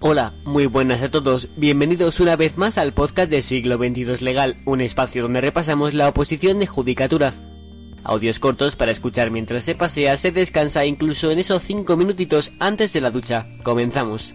Hola, muy buenas a todos, bienvenidos una vez más al podcast de Siglo XXII Legal, un espacio donde repasamos la oposición de judicatura. Audios cortos para escuchar mientras se pasea, se descansa incluso en esos 5 minutitos antes de la ducha. Comenzamos.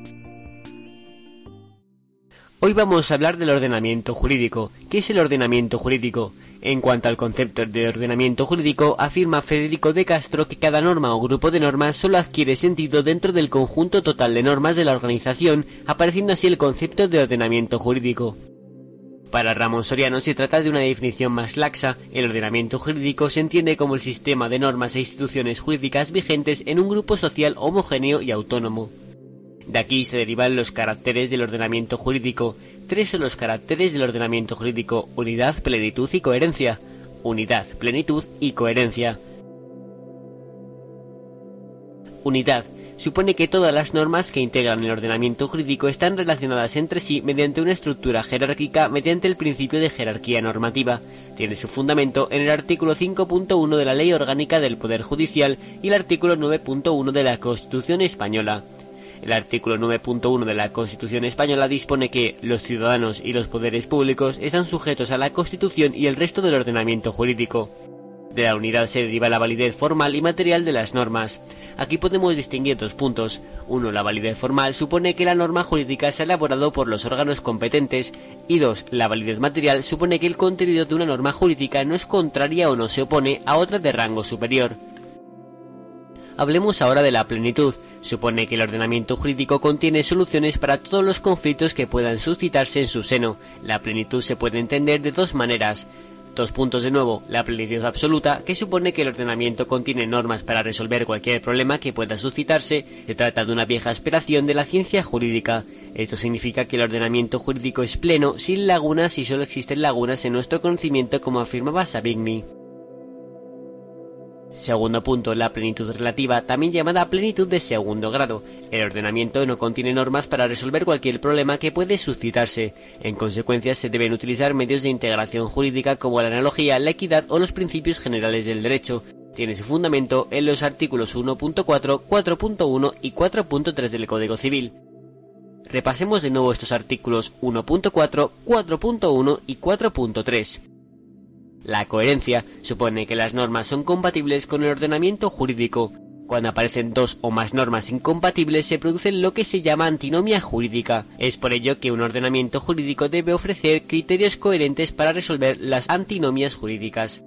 Hoy vamos a hablar del ordenamiento jurídico. ¿Qué es el ordenamiento jurídico? En cuanto al concepto de ordenamiento jurídico, afirma Federico de Castro que cada norma o grupo de normas solo adquiere sentido dentro del conjunto total de normas de la organización, apareciendo así el concepto de ordenamiento jurídico. Para Ramón Soriano se trata de una definición más laxa. El ordenamiento jurídico se entiende como el sistema de normas e instituciones jurídicas vigentes en un grupo social homogéneo y autónomo. De aquí se derivan los caracteres del ordenamiento jurídico. 3 son los caracteres del ordenamiento jurídico: unidad, plenitud y coherencia. Unidad, plenitud y coherencia. Unidad. Supone que todas las normas que integran el ordenamiento jurídico están relacionadas entre sí mediante una estructura jerárquica mediante el principio de jerarquía normativa. Tiene su fundamento en el artículo 5.1 de la Ley Orgánica del Poder Judicial y el artículo 9.1 de la Constitución Española. El artículo 9.1 de la Constitución Española dispone que los ciudadanos y los poderes públicos están sujetos a la Constitución y el resto del ordenamiento jurídico. De la unidad se deriva la validez formal y material de las normas. Aquí podemos distinguir 2 puntos. 1. La validez formal supone que la norma jurídica se ha elaborado por los órganos competentes. Y 2. La validez material supone que el contenido de una norma jurídica no es contraria o no se opone a otra de rango superior. Hablemos ahora de la plenitud. Supone que el ordenamiento jurídico contiene soluciones para todos los conflictos que puedan suscitarse en su seno. La plenitud se puede entender de 2 maneras. 2 puntos de nuevo: la plenitud absoluta, que supone que el ordenamiento contiene normas para resolver cualquier problema que pueda suscitarse. Se trata de una vieja aspiración de la ciencia jurídica. Esto significa que el ordenamiento jurídico es pleno, sin lagunas y solo existen lagunas en nuestro conocimiento, como afirmaba Savigny. Segundo punto, la plenitud relativa, también llamada plenitud de segundo grado. El ordenamiento no contiene normas para resolver cualquier problema que puede suscitarse. En consecuencia, se deben utilizar medios de integración jurídica como la analogía, la equidad o los principios generales del derecho. Tiene su fundamento en los artículos 1.4, 4.1 y 4.3 del Código Civil. Repasemos de nuevo estos artículos 1.4, 4.1 y 4.3. La coherencia supone que las normas son compatibles con el ordenamiento jurídico. Cuando aparecen 2 o más normas incompatibles se produce lo que se llama antinomia jurídica. Es por ello que un ordenamiento jurídico debe ofrecer criterios coherentes para resolver las antinomias jurídicas.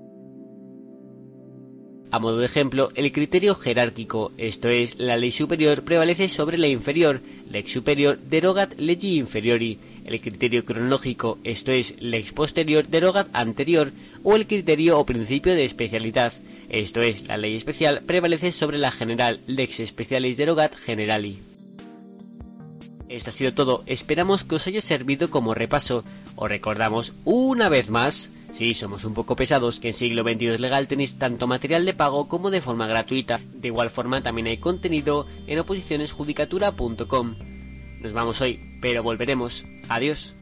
A modo de ejemplo, el criterio jerárquico, esto es, la ley superior prevalece sobre la inferior, lex superior derogat legi inferiori. El criterio cronológico, esto es, lex posterior derogat anterior, o el criterio o principio de especialidad, esto es, la ley especial prevalece sobre la general, lex specialis derogat generali. Esto ha sido todo, esperamos que os haya servido como repaso. Os recordamos una vez más, si somos un poco pesados, que en Siglo XXII Legal tenéis tanto material de pago como de forma gratuita. De igual forma también hay contenido en oposicionesjudicatura.com. Nos vamos hoy, pero volveremos. Adiós.